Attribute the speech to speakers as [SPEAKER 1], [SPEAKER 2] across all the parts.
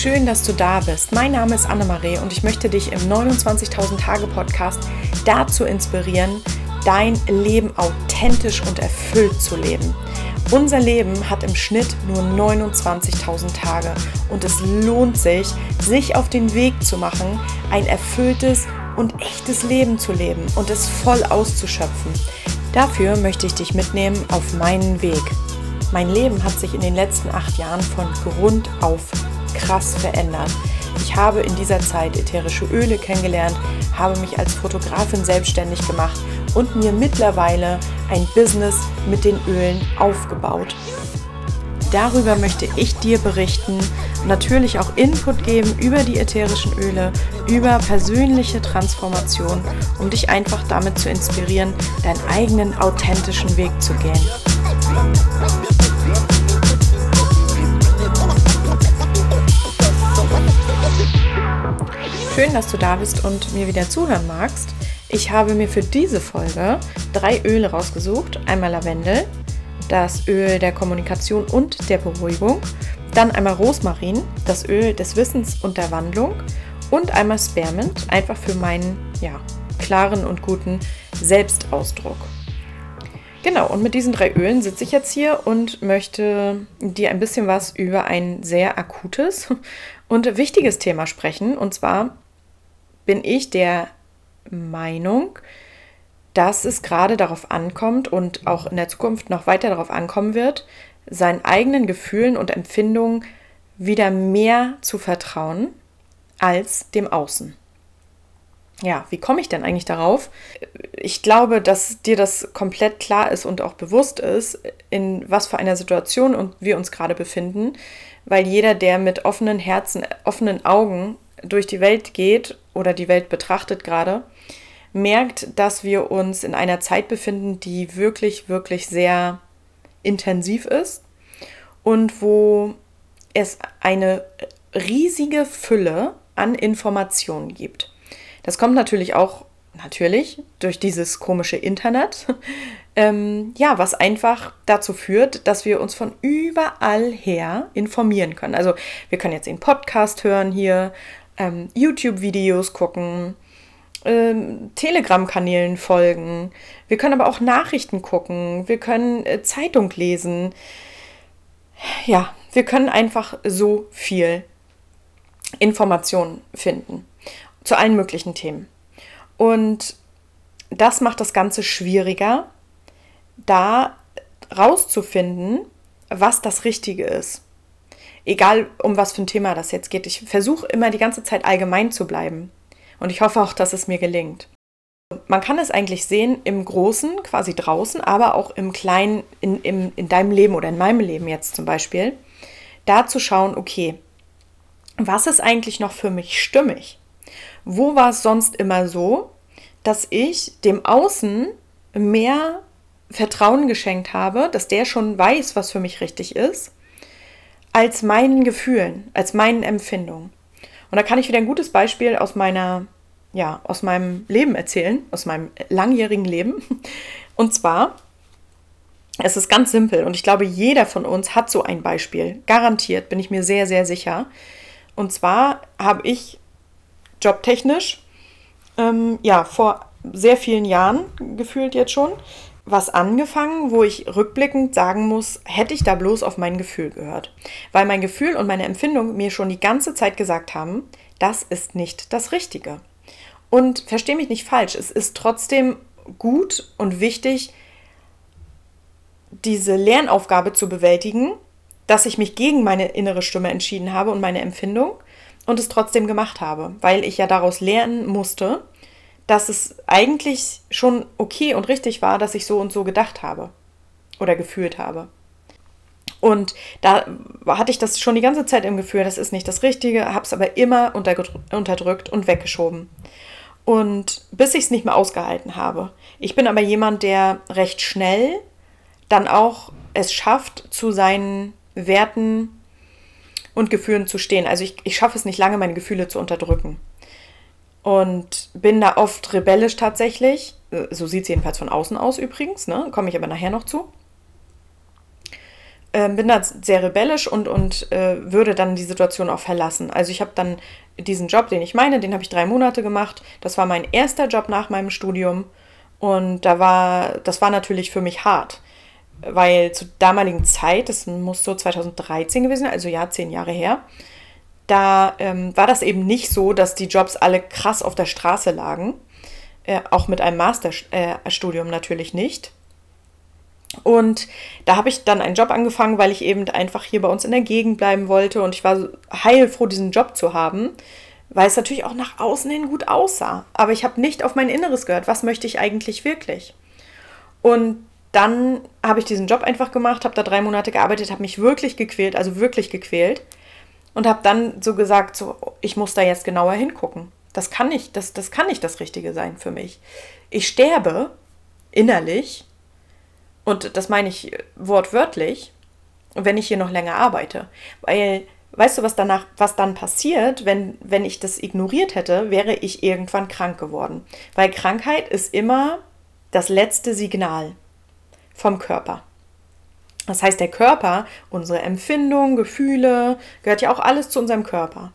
[SPEAKER 1] schön, dass du da bist. Mein Name ist Annemarie und ich möchte dich im 29.000 Tage Podcast dazu inspirieren, dein Leben authentisch und erfüllt zu leben. Unser Leben hat im Schnitt nur 29.000 Tage und es lohnt sich, sich auf den Weg zu machen, ein erfülltes und echtes Leben zu leben und es voll auszuschöpfen. Dafür möchte ich dich mitnehmen auf meinen Weg. Mein Leben hat sich in den letzten 8 Jahren von Grund auf krass verändert. Ich habe in dieser Zeit ätherische Öle kennengelernt, habe mich als Fotografin selbstständig gemacht und mir mittlerweile ein Business mit den Ölen aufgebaut. Darüber möchte ich dir berichten, natürlich auch Input geben über die ätherischen Öle, über persönliche Transformation, um dich einfach damit zu inspirieren, deinen eigenen authentischen Weg zu gehen. Schön, dass du da bist und mir wieder zuhören magst. Ich habe mir für diese Folge 3 Öle rausgesucht. Einmal Lavendel, das Öl der Kommunikation und der Beruhigung. Dann einmal Rosmarin, das Öl des Wissens und der Wandlung. Und einmal Spearmint, einfach für meinen klaren und guten Selbstausdruck. Genau, und mit diesen 3 Ölen sitze ich jetzt hier und möchte dir ein bisschen was über ein sehr akutes und wichtiges Thema sprechen. Und zwar bin ich der Meinung, dass es gerade darauf ankommt und auch in der Zukunft noch weiter darauf ankommen wird, seinen eigenen Gefühlen und Empfindungen wieder mehr zu vertrauen als dem Außen. Ja, wie komme ich denn eigentlich darauf? Ich glaube, dass dir das komplett klar ist und auch bewusst ist, in was für einer Situation wir uns gerade befinden, weil jeder, der mit offenen Herzen, offenen Augen durch die Welt geht oder die Welt betrachtet gerade, merkt, dass wir uns in einer Zeit befinden, die wirklich, wirklich sehr intensiv ist und wo es eine riesige Fülle an Informationen gibt. Das kommt natürlich auch durch dieses komische Internet, was einfach dazu führt, dass wir uns von überall her informieren können. Also wir können jetzt den Podcast hören hier, YouTube-Videos gucken, Telegram-Kanälen folgen. Wir können aber auch Nachrichten gucken. Wir können Zeitung lesen. Ja, wir können einfach so viel Informationen finden zu allen möglichen Themen. Und das macht das Ganze schwieriger, da rauszufinden, was das Richtige ist. Egal, um was für ein Thema das jetzt geht. Ich versuche immer die ganze Zeit allgemein zu bleiben. Und ich hoffe auch, dass es mir gelingt. Man kann es eigentlich sehen im Großen, quasi draußen, aber auch im Kleinen, in deinem Leben oder in meinem Leben jetzt zum Beispiel, da zu schauen, okay, was ist eigentlich noch für mich stimmig? Wo war es sonst immer so, dass ich dem Außen mehr Vertrauen geschenkt habe, dass der schon weiß, was für mich richtig ist, als meinen Gefühlen, als meinen Empfindungen. Und da kann ich wieder ein gutes Beispiel aus meinem Leben erzählen, aus meinem langjährigen Leben. Und zwar, es ist ganz simpel und ich glaube, jeder von uns hat so ein Beispiel. Garantiert, bin ich mir sehr, sehr sicher. Und zwar habe ich jobtechnisch, vor sehr vielen Jahren, gefühlt jetzt schon, was angefangen, wo ich rückblickend sagen muss, hätte ich da bloß auf mein Gefühl gehört. Weil mein Gefühl und meine Empfindung mir schon die ganze Zeit gesagt haben, das ist nicht das Richtige. Und versteh mich nicht falsch, es ist trotzdem gut und wichtig, diese Lernaufgabe zu bewältigen, dass ich mich gegen meine innere Stimme entschieden habe und meine Empfindung und es trotzdem gemacht habe, weil ich ja daraus lernen musste, dass es eigentlich schon okay und richtig war, dass ich so und so gedacht habe oder gefühlt habe. Und da hatte ich das schon die ganze Zeit im Gefühl, das ist nicht das Richtige, habe es aber immer unterdrückt und weggeschoben. Und bis ich es nicht mehr ausgehalten habe. Ich bin aber jemand, der recht schnell dann auch es schafft, zu seinen Werten und Gefühlen zu stehen. Also ich schaffe es nicht lange, meine Gefühle zu unterdrücken. Und bin da oft rebellisch tatsächlich. So sieht es jedenfalls von außen aus übrigens, ne? Komme ich aber nachher noch zu. bin da sehr rebellisch und würde dann die Situation auch verlassen. Also ich habe dann diesen Job, den ich meine, den habe ich 3 Monate gemacht. Das war mein erster Job nach meinem Studium und das war natürlich für mich hart, weil zur damaligen Zeit, das muss so 2013 gewesen sein, also ja, 10 Jahre her, da war das eben nicht so, dass die Jobs alle krass auf der Straße lagen, auch mit einem Masterstudium natürlich nicht. Und da habe ich dann einen Job angefangen, weil ich eben einfach hier bei uns in der Gegend bleiben wollte. Und ich war so heilfroh, diesen Job zu haben, weil es natürlich auch nach außen hin gut aussah. Aber ich habe nicht auf mein Inneres gehört. Was möchte ich eigentlich wirklich? Und dann habe ich diesen Job einfach gemacht, habe da 3 Monate gearbeitet, habe mich wirklich gequält, also wirklich gequält. Und habe dann so gesagt, so, ich muss da jetzt genauer hingucken. Das kann nicht das Richtige sein für mich. Ich sterbe innerlich. Und das meine ich wortwörtlich, wenn ich hier noch länger arbeite. Weil, weißt du, was dann passiert, wenn ich das ignoriert hätte, wäre ich irgendwann krank geworden. Weil Krankheit ist immer das letzte Signal vom Körper. Das heißt, der Körper, unsere Empfindungen, Gefühle, gehört ja auch alles zu unserem Körper.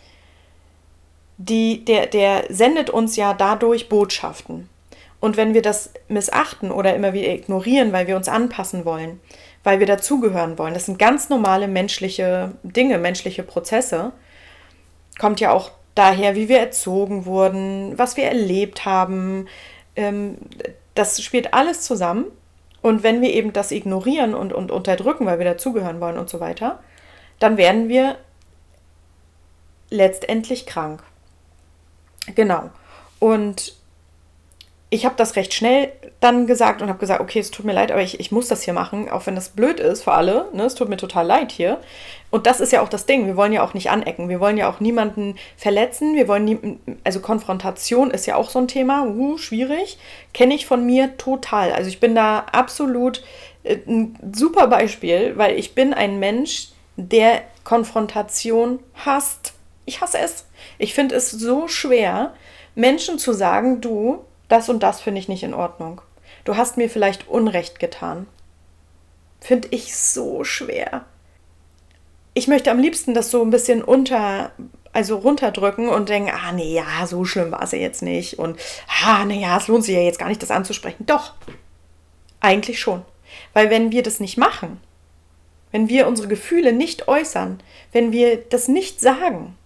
[SPEAKER 1] Der sendet uns ja dadurch Botschaften. Und wenn wir das missachten oder immer wieder ignorieren, weil wir uns anpassen wollen, weil wir dazugehören wollen, das sind ganz normale menschliche Dinge, menschliche Prozesse, kommt ja auch daher, wie wir erzogen wurden, was wir erlebt haben, das spielt alles zusammen. Und wenn wir eben das ignorieren und unterdrücken, weil wir dazugehören wollen und so weiter, dann werden wir letztendlich krank. Genau. Und ich habe das recht schnell dann gesagt und habe gesagt, okay, es tut mir leid, aber ich muss das hier machen, auch wenn das blöd ist für alle. Ne? Es tut mir total leid hier. Und das ist ja auch das Ding. Wir wollen ja auch nicht anecken. Wir wollen ja auch niemanden verletzen. Wir wollen also Konfrontation ist ja auch so ein Thema. Schwierig. Kenne ich von mir total. Also ich bin da absolut ein super Beispiel, weil ich bin ein Mensch, der Konfrontation hasst. Ich hasse es. Ich finde es so schwer, Menschen zu sagen, du, das und das finde ich nicht in Ordnung. Du hast mir vielleicht Unrecht getan. Finde ich so schwer. Ich möchte am liebsten das so ein bisschen runterdrücken und denken, nee, ja, so schlimm war es ja jetzt nicht. Und, naja, es lohnt sich ja jetzt gar nicht, das anzusprechen. Doch, eigentlich schon. Weil wenn wir das nicht machen, wenn wir unsere Gefühle nicht äußern, wenn wir das nicht sagen,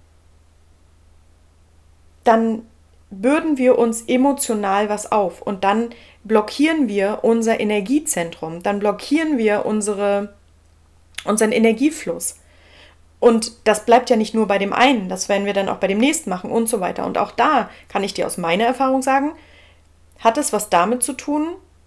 [SPEAKER 1] dann bürden wir uns emotional was auf und dann blockieren wir unser Energiezentrum, dann blockieren wir unseren Energiefluss. Und das bleibt ja nicht nur bei dem einen, das werden wir dann auch bei dem nächsten machen und so weiter. Und auch da kann ich dir aus meiner Erfahrung sagen, hat es was damit zu tun,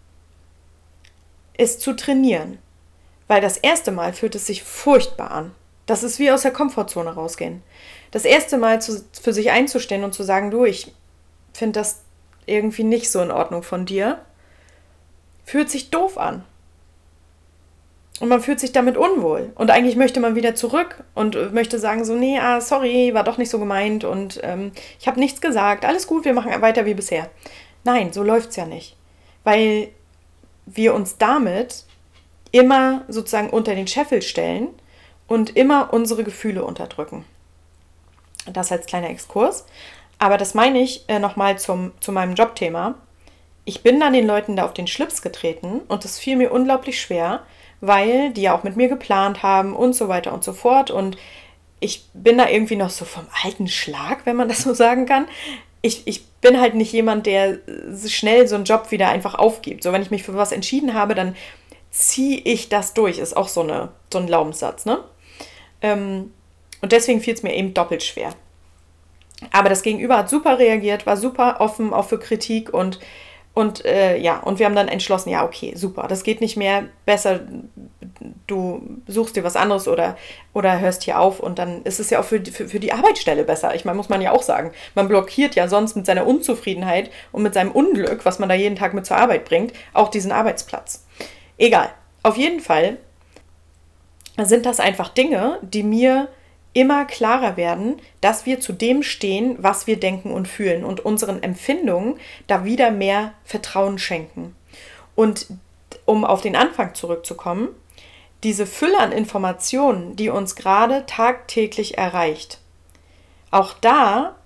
[SPEAKER 1] es zu trainieren. Weil das erste Mal fühlt es sich furchtbar an. Das ist wie aus der Komfortzone rausgehen. Das erste Mal für sich einzustehen und zu sagen, du, ich finde das irgendwie nicht so in Ordnung von dir, fühlt sich doof an. Und man fühlt sich damit unwohl. Und eigentlich möchte man wieder zurück und möchte sagen so, nee, sorry, war doch nicht so gemeint und ich habe nichts gesagt, alles gut, wir machen weiter wie bisher. Nein, so läuft's ja nicht. Weil wir uns damit immer sozusagen unter den Scheffel stellen und immer unsere Gefühle unterdrücken. Das als kleiner Exkurs. Aber das meine ich nochmal zu meinem Jobthema. Ich bin dann den Leuten da auf den Schlips getreten und das fiel mir unglaublich schwer, weil die ja auch mit mir geplant haben und so weiter und so fort. Und ich bin da irgendwie noch so vom alten Schlag, wenn man das so sagen kann. Ich bin halt nicht jemand, der schnell so einen Job wieder einfach aufgibt. So, wenn ich mich für was entschieden habe, dann ziehe ich das durch. Ist auch so ein Glaubenssatz, ne? Und deswegen fiel es mir eben doppelt schwer. Aber das Gegenüber hat super reagiert, war super offen auch für Kritik und wir haben dann entschlossen, ja, okay, super, das geht nicht mehr, besser, du suchst dir was anderes oder hörst hier auf und dann ist es ja auch für die Arbeitsstelle besser. Ich meine, muss man ja auch sagen, man blockiert ja sonst mit seiner Unzufriedenheit und mit seinem Unglück, was man da jeden Tag mit zur Arbeit bringt, auch diesen Arbeitsplatz. Egal, auf jeden Fall sind das einfach Dinge, die mir immer klarer werden, dass wir zu dem stehen, was wir denken und fühlen und unseren Empfindungen da wieder mehr Vertrauen schenken. Und um auf den Anfang zurückzukommen, diese Fülle an Informationen, die uns gerade tagtäglich erreicht, auch da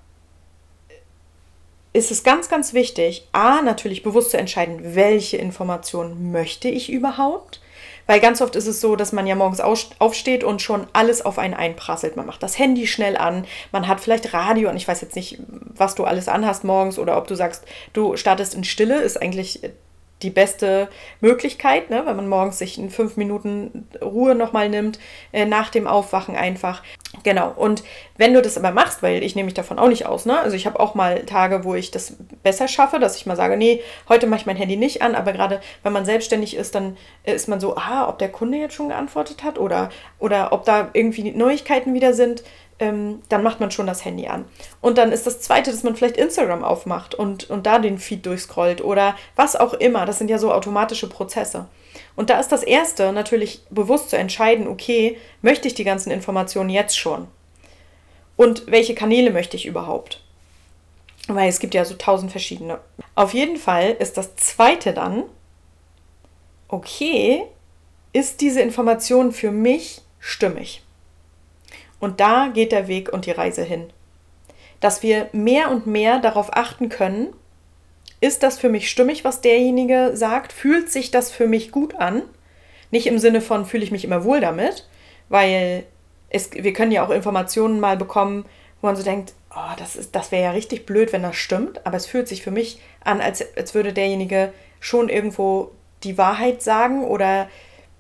[SPEAKER 1] ist es ganz, ganz wichtig, natürlich bewusst zu entscheiden, welche Informationen möchte ich überhaupt. Weil ganz oft ist es so, dass man ja morgens aufsteht und schon alles auf einen einprasselt. Man macht das Handy schnell an, man hat vielleicht Radio und ich weiß jetzt nicht, was du alles anhast morgens oder ob du sagst, du startest in Stille, ist eigentlich die beste Möglichkeit, ne? Wenn man morgens sich in 5 Minuten Ruhe nochmal nimmt, nach dem Aufwachen einfach. Genau, und wenn du das aber machst, weil ich nehme mich davon auch nicht aus, ne? Also ich habe auch mal Tage, wo ich das besser schaffe, dass ich mal sage, nee, heute mache ich mein Handy nicht an, aber gerade wenn man selbstständig ist, dann ist man so, ob der Kunde jetzt schon geantwortet hat oder ob da irgendwie Neuigkeiten wieder sind, dann macht man schon das Handy an. Und dann ist das Zweite, dass man vielleicht Instagram aufmacht und da den Feed durchscrollt oder was auch immer. Das sind ja so automatische Prozesse. Und da ist das Erste natürlich bewusst zu entscheiden, okay, möchte ich die ganzen Informationen jetzt schon? Und welche Kanäle möchte ich überhaupt? Weil es gibt ja so 1000 verschiedene. Auf jeden Fall ist das Zweite dann, okay, ist diese Information für mich stimmig? Und da geht der Weg und die Reise hin. Dass wir mehr und mehr darauf achten können, ist das für mich stimmig, was derjenige sagt? Fühlt sich das für mich gut an? Nicht im Sinne von, fühle ich mich immer wohl damit, weil wir können ja auch Informationen mal bekommen, wo man so denkt, das wäre ja richtig blöd, wenn das stimmt, aber es fühlt sich für mich an, als würde derjenige schon irgendwo die Wahrheit sagen oder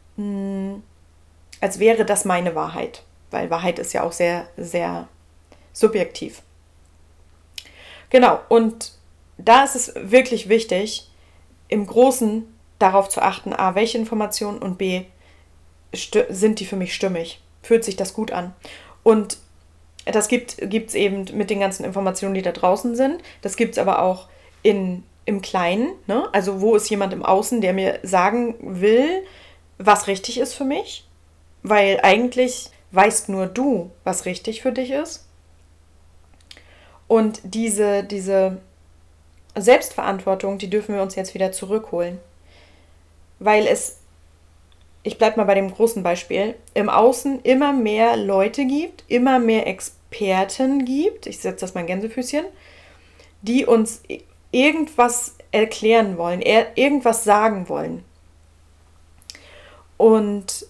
[SPEAKER 1] als wäre das meine Wahrheit. Weil Wahrheit ist ja auch sehr, sehr subjektiv. Genau, und da ist es wirklich wichtig, im Großen darauf zu achten, a, welche Informationen und b, sind die für mich stimmig? Fühlt sich das gut an? Und das gibt es eben mit den ganzen Informationen, die da draußen sind. Das gibt es aber auch im Kleinen. Ne? Also wo ist jemand im Außen, der mir sagen will, was richtig ist für mich? Weil eigentlich weißt nur du, was richtig für dich ist. Und diese Selbstverantwortung, die dürfen wir uns jetzt wieder zurückholen. Weil ich bleibe mal bei dem großen Beispiel, im Außen immer mehr Leute gibt, immer mehr Experten gibt, ich setze das mal in Gänsefüßchen, die uns irgendwas erklären wollen, irgendwas sagen wollen. Und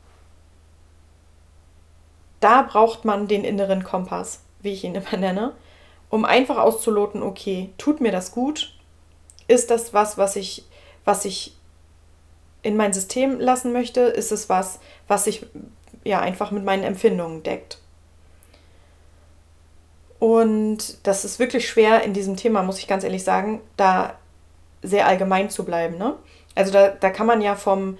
[SPEAKER 1] da braucht man den inneren Kompass, wie ich ihn immer nenne, um einfach auszuloten, okay, tut mir das gut? Ist das was ich in mein System lassen möchte? Ist es was sich ja einfach mit meinen Empfindungen deckt? Und das ist wirklich schwer in diesem Thema, muss ich ganz ehrlich sagen, da sehr allgemein zu bleiben. Ne? Also da kann man ja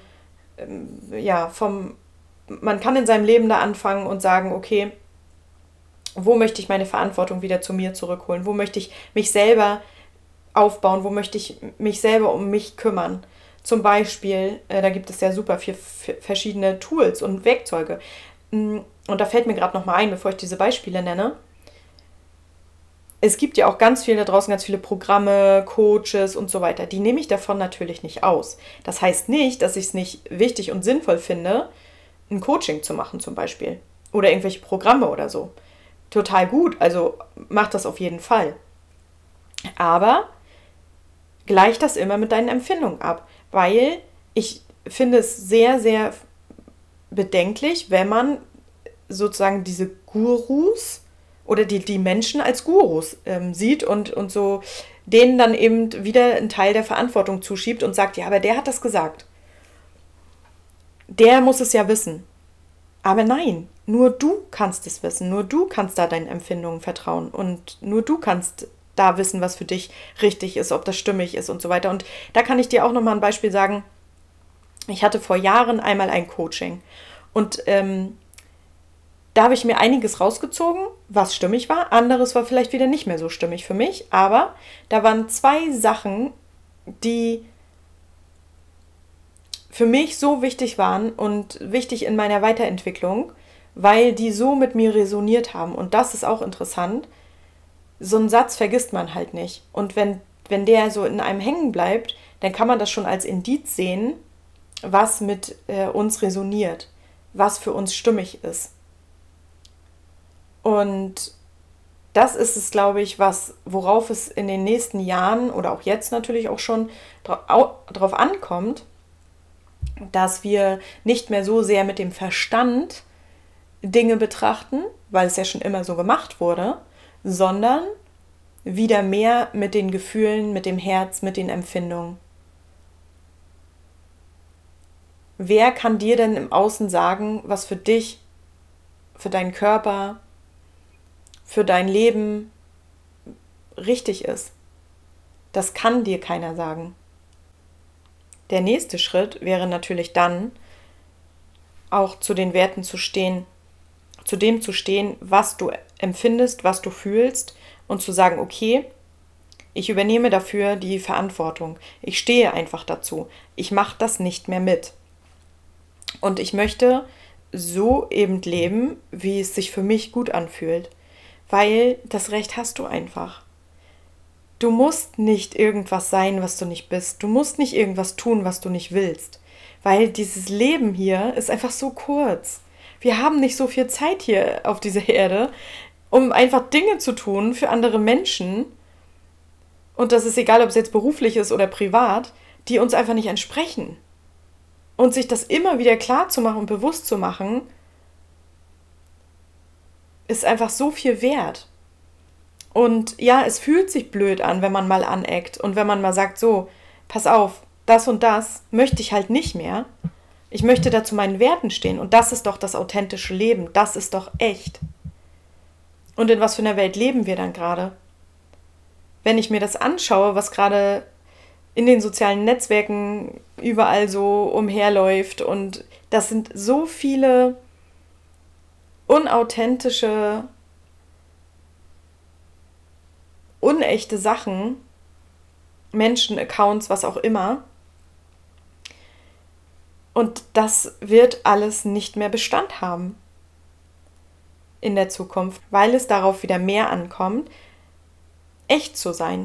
[SPEAKER 1] man kann in seinem Leben da anfangen und sagen, okay, wo möchte ich meine Verantwortung wieder zu mir zurückholen? Wo möchte ich mich selber aufbauen? Wo möchte ich mich selber um mich kümmern? Zum Beispiel, da gibt es ja super viele verschiedene Tools und Werkzeuge. Und da fällt mir gerade nochmal ein, bevor ich diese Beispiele nenne. Es gibt ja auch ganz viele da draußen, ganz viele Programme, Coaches und so weiter. Die nehme ich davon natürlich nicht aus. Das heißt nicht, dass ich es nicht wichtig und sinnvoll finde, ein Coaching zu machen zum Beispiel. Oder irgendwelche Programme oder so. Total gut, also mach das auf jeden Fall. Aber gleich das immer mit deinen Empfindungen ab. Weil ich finde es sehr, sehr bedenklich, wenn man sozusagen diese Gurus oder die Menschen als Gurus sieht und so denen dann eben wieder einen Teil der Verantwortung zuschiebt und sagt, ja, aber der hat das gesagt. Der muss es ja wissen. Aber nein, nur du kannst es wissen, nur du kannst da deinen Empfindungen vertrauen und nur du kannst da wissen, was für dich richtig ist, ob das stimmig ist und so weiter. Und da kann ich dir auch nochmal ein Beispiel sagen. Ich hatte vor Jahren einmal ein Coaching und da habe ich mir einiges rausgezogen, was stimmig war. Anderes war vielleicht wieder nicht mehr so stimmig für mich, aber da waren 2 Sachen, die für mich so wichtig waren und wichtig in meiner Weiterentwicklung, weil die so mit mir resoniert haben. Und das ist auch interessant. So einen Satz vergisst man halt nicht. Und wenn der so in einem hängen bleibt, dann kann man das schon als Indiz sehen, was mit uns resoniert, was für uns stimmig ist. Und das ist es, glaube ich, worauf es in den nächsten Jahren oder auch jetzt natürlich auch schon drauf ankommt, dass wir nicht mehr so sehr mit dem Verstand Dinge betrachten, weil es ja schon immer so gemacht wurde, sondern wieder mehr mit den Gefühlen, mit dem Herz, mit den Empfindungen. Wer kann dir denn im Außen sagen, was für dich, für deinen Körper, für dein Leben richtig ist? Das kann dir keiner sagen. Der nächste Schritt wäre natürlich dann, auch zu den Werten zu stehen, zu dem zu stehen, was du empfindest, was du fühlst und zu sagen, okay, ich übernehme dafür die Verantwortung. Ich stehe einfach dazu. Ich mache das nicht mehr mit. Und ich möchte so eben leben, wie es sich für mich gut anfühlt. Weil das Recht hast du einfach. Du musst nicht irgendwas sein, was du nicht bist. Du musst nicht irgendwas tun, was du nicht willst. Weil dieses Leben hier ist einfach so kurz. Wir haben nicht so viel Zeit hier auf dieser Erde, um einfach Dinge zu tun für andere Menschen. Und das ist egal, ob es jetzt beruflich ist oder privat, die uns einfach nicht entsprechen. Und sich das immer wieder klar zu machen und bewusst zu machen, ist einfach so viel wert. Und ja, es fühlt sich blöd an, wenn man mal aneckt und wenn man mal sagt, so, pass auf, das und das möchte ich halt nicht mehr. Ich möchte da zu meinen Werten stehen und das ist doch das authentische Leben, das ist doch echt. Und in was für einer Welt leben wir dann gerade? Wenn ich mir das anschaue, was gerade in den sozialen Netzwerken überall so umherläuft und das sind so viele unauthentische, unechte Sachen, Menschen-Accounts, was auch immer. Und das wird alles nicht mehr Bestand haben in der Zukunft, weil es darauf wieder mehr ankommt, echt zu sein.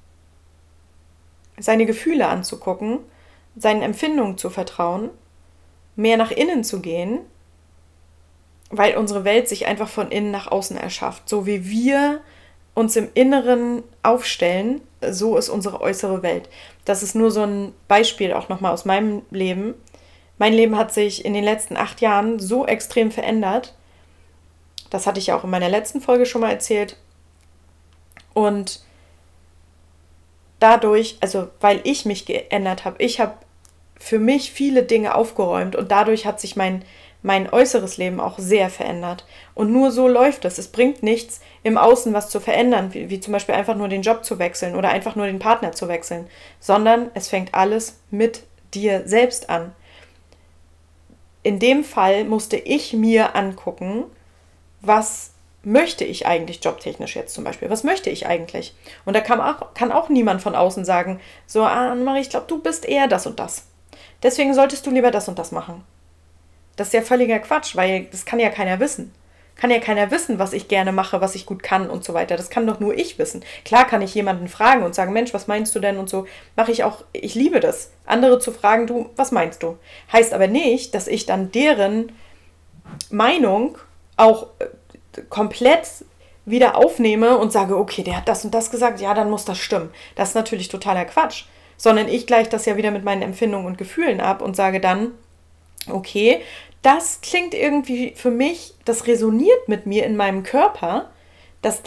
[SPEAKER 1] Seine Gefühle anzugucken, seinen Empfindungen zu vertrauen, mehr nach innen zu gehen, weil unsere Welt sich einfach von innen nach außen erschafft. So wie wir uns im Inneren aufstellen, so ist unsere äußere Welt. Das ist nur so ein Beispiel auch nochmal aus meinem Leben. Mein Leben hat sich in den letzten 8 Jahren so extrem verändert. Das hatte ich ja auch in meiner letzten Folge schon mal erzählt. Und dadurch, also weil ich mich geändert habe, ich habe für mich viele Dinge aufgeräumt und dadurch hat sich mein äußeres Leben auch sehr verändert. Und nur so läuft es. Es bringt nichts, im Außen was zu verändern, wie zum Beispiel einfach nur den Job zu wechseln oder einfach nur den Partner zu wechseln, sondern es fängt alles mit dir selbst an. In dem Fall musste ich mir angucken, was möchte ich eigentlich jobtechnisch jetzt zum Beispiel? Was möchte ich eigentlich? Und da kann auch niemand von außen sagen, so, Annemarie, ich glaube, du bist eher das und das. Deswegen solltest du lieber das und das machen. Das ist ja völliger Quatsch, weil das kann ja keiner wissen. Kann ja keiner wissen, was ich gerne mache, was ich gut kann und so weiter. Das kann doch nur ich wissen. Klar kann ich jemanden fragen und sagen, Mensch, was meinst du denn und so. Mache ich auch, ich liebe das. Andere zu fragen, du, was meinst du? Heißt aber nicht, dass ich dann deren Meinung auch komplett wieder aufnehme und sage, okay, der hat das und das gesagt, ja, dann muss das stimmen. Das ist natürlich totaler Quatsch. Sondern ich gleiche das ja wieder mit meinen Empfindungen und Gefühlen ab und sage dann, okay, das klingt irgendwie für mich, das resoniert mit mir in meinem Körper, das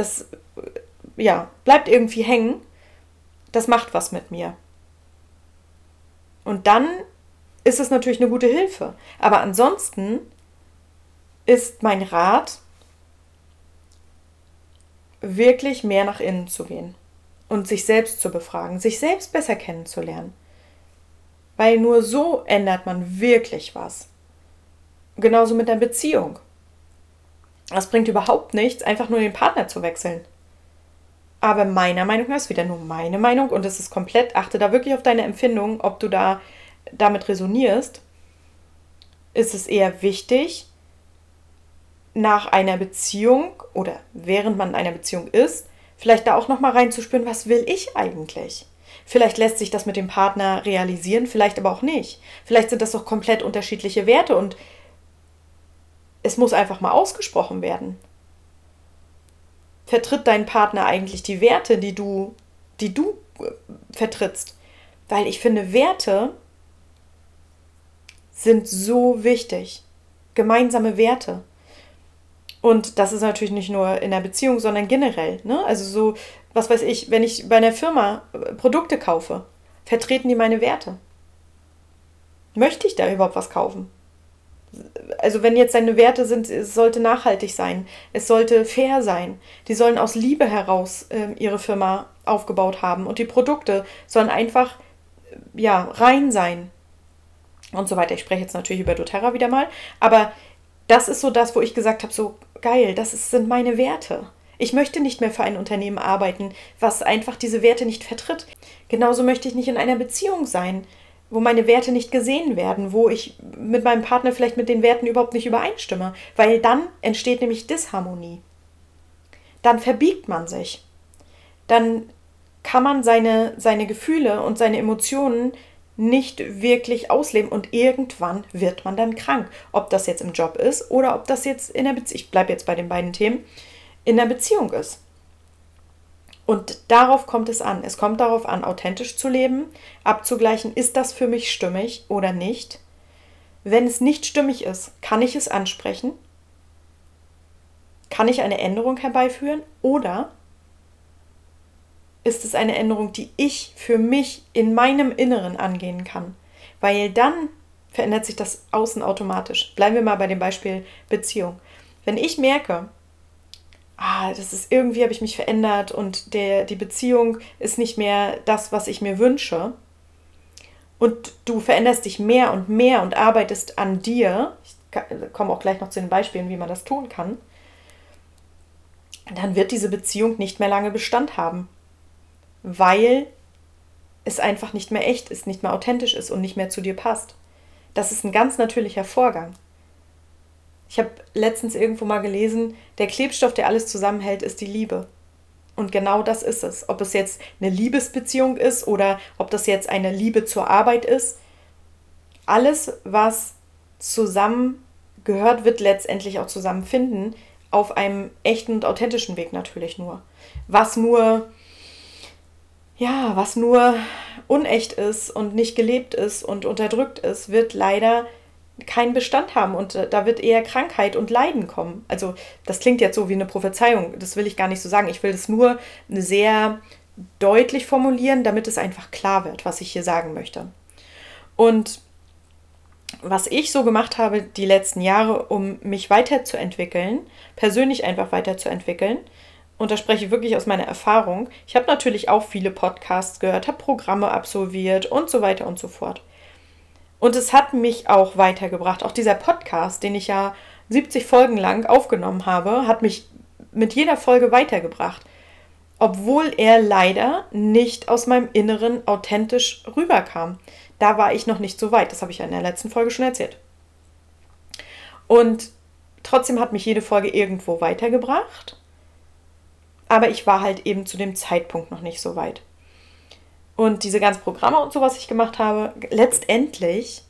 [SPEAKER 1] bleibt irgendwie hängen, das macht was mit mir. Und dann ist es natürlich eine gute Hilfe. Aber ansonsten ist mein Rat, wirklich mehr nach innen zu gehen und sich selbst zu befragen, sich selbst besser kennenzulernen. Weil nur so ändert man wirklich was. Genauso mit der Beziehung. Es bringt überhaupt nichts, einfach nur den Partner zu wechseln. Aber meiner Meinung nach ist wieder nur meine Meinung und es ist komplett, achte da wirklich auf deine Empfindung, ob du damit resonierst, ist es eher wichtig, nach einer Beziehung oder während man in einer Beziehung ist, vielleicht da auch nochmal reinzuspüren, was will ich eigentlich? Vielleicht lässt sich das mit dem Partner realisieren, vielleicht aber auch nicht. Vielleicht sind das doch komplett unterschiedliche Werte und es muss einfach mal ausgesprochen werden. Vertritt dein Partner eigentlich die Werte, die du vertrittst? Weil ich finde, Werte sind so wichtig. Gemeinsame Werte. Und das ist natürlich nicht nur in der Beziehung, sondern generell. Ne? Also so, was weiß ich, wenn ich bei einer Firma Produkte kaufe, vertreten die meine Werte? Möchte ich da überhaupt was kaufen? Also wenn jetzt deine Werte sind, es sollte nachhaltig sein, es sollte fair sein, die sollen aus Liebe heraus ihre Firma aufgebaut haben und die Produkte sollen einfach rein sein und so weiter. Ich spreche jetzt natürlich über doTERRA wieder mal, aber das ist so das, wo ich gesagt habe, so geil, sind meine Werte. Ich möchte nicht mehr für ein Unternehmen arbeiten, was einfach diese Werte nicht vertritt. Genauso möchte ich nicht in einer Beziehung sein, wo meine Werte nicht gesehen werden, wo ich mit meinem Partner vielleicht mit den Werten überhaupt nicht übereinstimme, weil dann entsteht nämlich Disharmonie. Dann verbiegt man sich. Dann kann man seine Gefühle und seine Emotionen nicht wirklich ausleben und irgendwann wird man dann krank. Ob das jetzt im Job ist oder ob das jetzt in der Beziehung, ich bleibe jetzt bei den beiden Themen, in der Beziehung ist. Und darauf kommt es an. Es kommt darauf an, authentisch zu leben, abzugleichen, ist das für mich stimmig oder nicht. Wenn es nicht stimmig ist, kann ich es ansprechen? Kann ich eine Änderung herbeiführen? Oder ist es eine Änderung, die ich für mich in meinem Inneren angehen kann? Weil dann verändert sich das Außen automatisch. Bleiben wir mal bei dem Beispiel Beziehung. Wenn ich merke, das ist irgendwie, habe ich mich verändert und die Beziehung ist nicht mehr das, was ich mir wünsche und du veränderst dich mehr und arbeitest an dir, ich komme auch gleich noch zu den Beispielen, wie man das tun kann, dann wird diese Beziehung nicht mehr lange Bestand haben, weil es einfach nicht mehr echt ist, nicht mehr authentisch ist und nicht mehr zu dir passt. Das ist ein ganz natürlicher Vorgang. Ich habe letztens irgendwo mal gelesen, der Klebstoff, der alles zusammenhält, ist die Liebe. Und genau das ist es. Ob es jetzt eine Liebesbeziehung ist oder ob das jetzt eine Liebe zur Arbeit ist. Alles, was zusammengehört, wird letztendlich auch zusammenfinden. Auf einem echten und authentischen Weg natürlich nur. Was nur unecht ist und nicht gelebt ist und unterdrückt ist, wird leider keinen Bestand haben und da wird eher Krankheit und Leiden kommen. Also das klingt jetzt so wie eine Prophezeiung, das will ich gar nicht so sagen. Ich will das nur sehr deutlich formulieren, damit es einfach klar wird, was ich hier sagen möchte. Und was ich so gemacht habe die letzten Jahre, um mich weiterzuentwickeln, persönlich einfach weiterzuentwickeln, und da spreche ich wirklich aus meiner Erfahrung, ich habe natürlich auch viele Podcasts gehört, habe Programme absolviert und so weiter und so fort. Und es hat mich auch weitergebracht. Auch dieser Podcast, den ich ja 70 Folgen lang aufgenommen habe, hat mich mit jeder Folge weitergebracht. Obwohl er leider nicht aus meinem Inneren authentisch rüberkam. Da war ich noch nicht so weit. Das habe ich ja in der letzten Folge schon erzählt. Und trotzdem hat mich jede Folge irgendwo weitergebracht. Aber ich war halt eben zu dem Zeitpunkt noch nicht so weit. Und diese ganzen Programme und so, was ich gemacht habe, letztendlich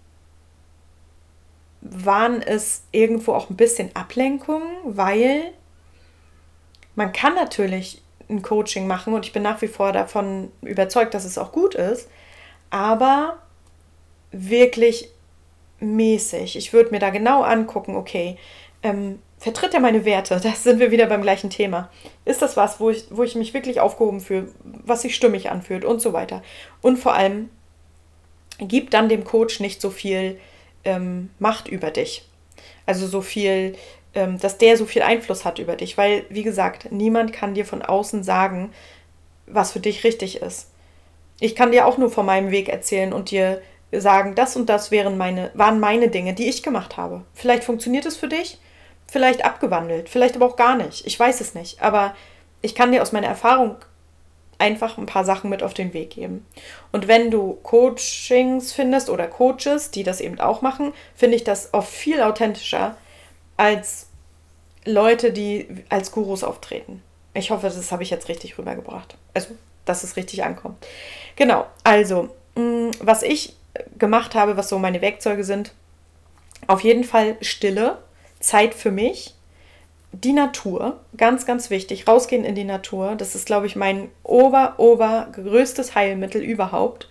[SPEAKER 1] waren es irgendwo auch ein bisschen Ablenkung, weil man kann natürlich ein Coaching machen und ich bin nach wie vor davon überzeugt, dass es auch gut ist, aber wirklich mäßig. Ich würde mir da genau angucken, okay, vertritt er meine Werte? Da sind wir wieder beim gleichen Thema. Ist das was, wo ich mich wirklich aufgehoben fühle, was sich stimmig anfühlt und so weiter. Und vor allem, gib dann dem Coach nicht so viel Macht über dich. Also so viel, dass der so viel Einfluss hat über dich. Weil, wie gesagt, niemand kann dir von außen sagen, was für dich richtig ist. Ich kann dir auch nur von meinem Weg erzählen und dir sagen, das und das waren meine Dinge, die ich gemacht habe. Vielleicht funktioniert es für dich, vielleicht abgewandelt, vielleicht aber auch gar nicht. Ich weiß es nicht. Aber ich kann dir aus meiner Erfahrung einfach ein paar Sachen mit auf den Weg geben. Und wenn du Coachings findest oder Coaches, die das eben auch machen, finde ich das oft viel authentischer als Leute, die als Gurus auftreten. Ich hoffe, das habe ich jetzt richtig rübergebracht. Also dass es richtig ankommt. Genau, also, was ich gemacht habe, was so meine Werkzeuge sind, auf jeden Fall Stille, Zeit für mich, die Natur, ganz, ganz wichtig, rausgehen in die Natur. Das ist, glaube ich, mein größtes Heilmittel überhaupt.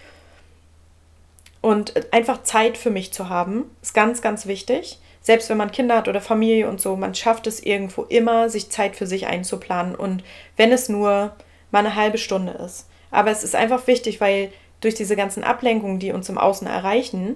[SPEAKER 1] Und einfach Zeit für mich zu haben, ist ganz, ganz wichtig. Selbst wenn man Kinder hat oder Familie und so, man schafft es irgendwo immer, sich Zeit für sich einzuplanen. Und wenn es nur mal eine halbe Stunde ist. Aber es ist einfach wichtig, weil durch diese ganzen Ablenkungen, die uns im Außen erreichen,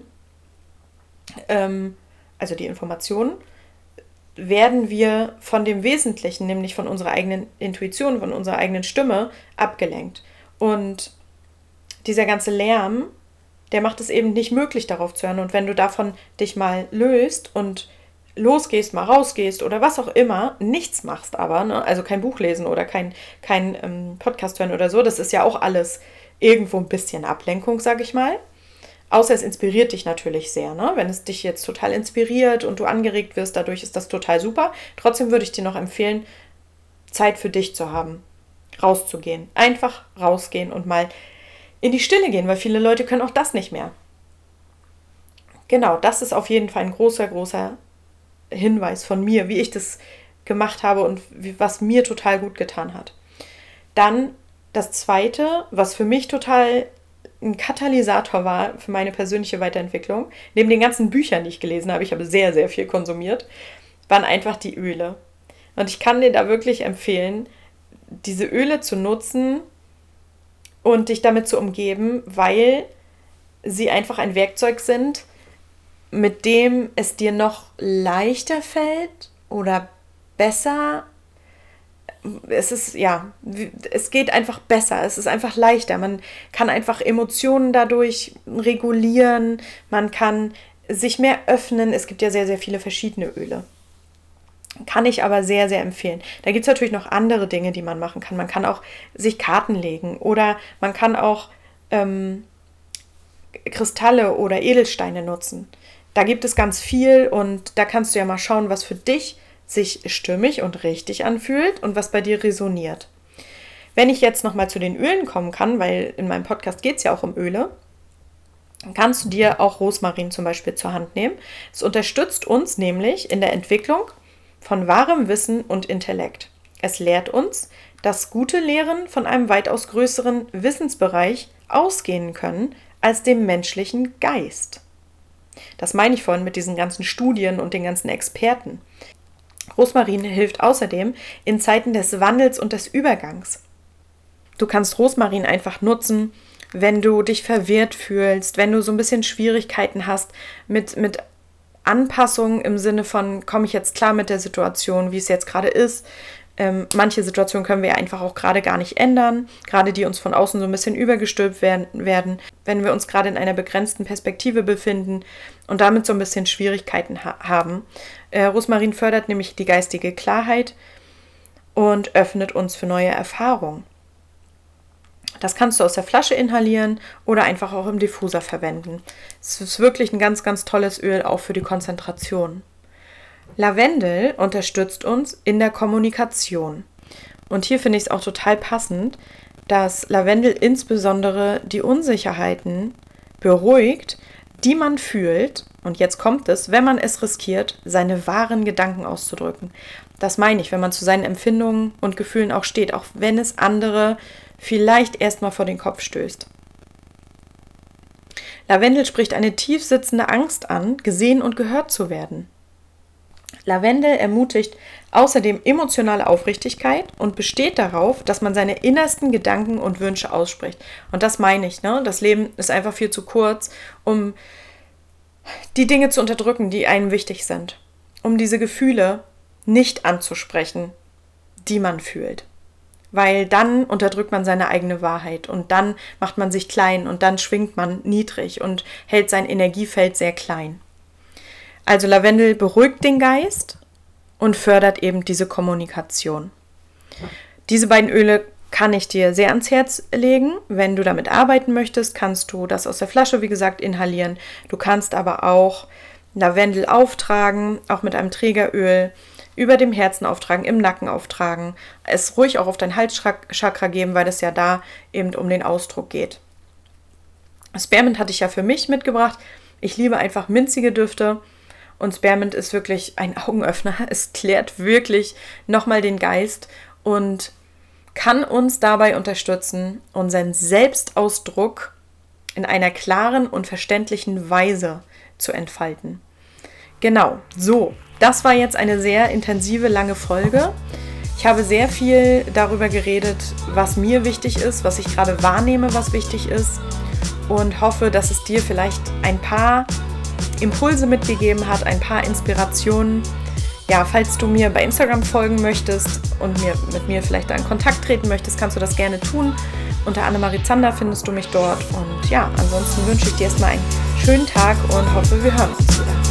[SPEAKER 1] also die Informationen, werden wir von dem Wesentlichen, nämlich von unserer eigenen Intuition, von unserer eigenen Stimme, abgelenkt. Und dieser ganze Lärm, der macht es eben nicht möglich, darauf zu hören. Und wenn du davon dich mal löst und losgehst, mal rausgehst oder was auch immer, nichts machst aber, ne? Also kein Buch lesen oder kein Podcast hören oder so, das ist ja auch alles irgendwo ein bisschen Ablenkung, sag ich mal. Außer es inspiriert dich natürlich sehr, ne? Wenn es dich jetzt total inspiriert und du angeregt wirst, dadurch ist das total super. Trotzdem würde ich dir noch empfehlen, Zeit für dich zu haben, rauszugehen. Einfach rausgehen und mal in die Stille gehen, weil viele Leute können auch das nicht mehr. Genau, das ist auf jeden Fall ein großer, großer Hinweis von mir, wie ich das gemacht habe und was mir total gut getan hat. Dann das Zweite, was für mich total ein Katalysator war für meine persönliche Weiterentwicklung, neben den ganzen Büchern, die ich gelesen habe, ich habe sehr, sehr viel konsumiert, waren einfach die Öle. Und ich kann dir da wirklich empfehlen, diese Öle zu nutzen und dich damit zu umgeben, weil sie einfach ein Werkzeug sind, mit dem es dir noch leichter fällt oder besser. Es geht einfach besser, es ist einfach leichter. Man kann einfach Emotionen dadurch regulieren, man kann sich mehr öffnen. Es gibt ja sehr, sehr viele verschiedene Öle. Kann ich aber sehr, sehr empfehlen. Da gibt es natürlich noch andere Dinge, die man machen kann. Man kann auch sich Karten legen oder man kann auch Kristalle oder Edelsteine nutzen. Da gibt es ganz viel und da kannst du ja mal schauen, was für dich sich stimmig und richtig anfühlt und was bei dir resoniert. Wenn ich jetzt nochmal zu den Ölen kommen kann, weil in meinem Podcast geht es ja auch um Öle, kannst du dir auch Rosmarin zum Beispiel zur Hand nehmen. Es unterstützt uns nämlich in der Entwicklung von wahrem Wissen und Intellekt. Es lehrt uns, dass gute Lehren von einem weitaus größeren Wissensbereich ausgehen können als dem menschlichen Geist. Das meine ich vorhin mit diesen ganzen Studien und den ganzen Experten. Rosmarin hilft außerdem in Zeiten des Wandels und des Übergangs. Du kannst Rosmarin einfach nutzen, wenn du dich verwirrt fühlst, wenn du so ein bisschen Schwierigkeiten hast mit Anpassungen im Sinne von, komme ich jetzt klar mit der Situation, wie es jetzt gerade ist. Manche Situationen können wir ja einfach auch gerade gar nicht ändern, gerade die uns von außen so ein bisschen übergestülpt werden, wenn wir uns gerade in einer begrenzten Perspektive befinden und damit so ein bisschen Schwierigkeiten haben. Rosmarin fördert nämlich die geistige Klarheit und öffnet uns für neue Erfahrungen. Das kannst du aus der Flasche inhalieren oder einfach auch im Diffuser verwenden. Es ist wirklich ein ganz, ganz tolles Öl auch für die Konzentration. Lavendel unterstützt uns in der Kommunikation. Und hier finde ich es auch total passend, dass Lavendel insbesondere die Unsicherheiten beruhigt, die man fühlt, und jetzt kommt es, wenn man es riskiert, seine wahren Gedanken auszudrücken. Das meine ich, wenn man zu seinen Empfindungen und Gefühlen auch steht, auch wenn es andere vielleicht erstmal vor den Kopf stößt. Lavendel spricht eine tief sitzende Angst an, gesehen und gehört zu werden. Lavendel ermutigt außerdem emotionale Aufrichtigkeit und besteht darauf, dass man seine innersten Gedanken und Wünsche ausspricht. Und das meine ich, ne? Das Leben ist einfach viel zu kurz, um die Dinge zu unterdrücken, die einem wichtig sind. Um diese Gefühle nicht anzusprechen, die man fühlt. Weil dann unterdrückt man seine eigene Wahrheit und dann macht man sich klein und dann schwingt man niedrig und hält sein Energiefeld sehr klein. Also Lavendel beruhigt den Geist und fördert eben diese Kommunikation. Diese beiden Öle kann ich dir sehr ans Herz legen. Wenn du damit arbeiten möchtest, kannst du das aus der Flasche, wie gesagt, inhalieren. Du kannst aber auch Lavendel auftragen, auch mit einem Trägeröl. über dem Herzen auftragen, im Nacken auftragen. Es ruhig auch auf dein Halschakra geben, weil es ja da eben um den Ausdruck geht. Spearmint hatte ich ja für mich mitgebracht. Ich liebe einfach minzige Düfte und Spearmint ist wirklich ein Augenöffner. Es klärt wirklich nochmal den Geist und kann uns dabei unterstützen, unseren Selbstausdruck in einer klaren und verständlichen Weise zu entfalten. Genau, so, das war jetzt eine sehr intensive, lange Folge. Ich habe sehr viel darüber geredet, was mir wichtig ist, was ich gerade wahrnehme, was wichtig ist und hoffe, dass es dir vielleicht ein paar Impulse mitgegeben hat, ein paar Inspirationen. Ja, falls du mir bei Instagram folgen möchtest und mit mir vielleicht da in Kontakt treten möchtest, kannst du das gerne tun. Unter Annemarie Zander findest du mich dort. Und ja, ansonsten wünsche ich dir erstmal einen schönen Tag und hoffe, wir hören uns wieder.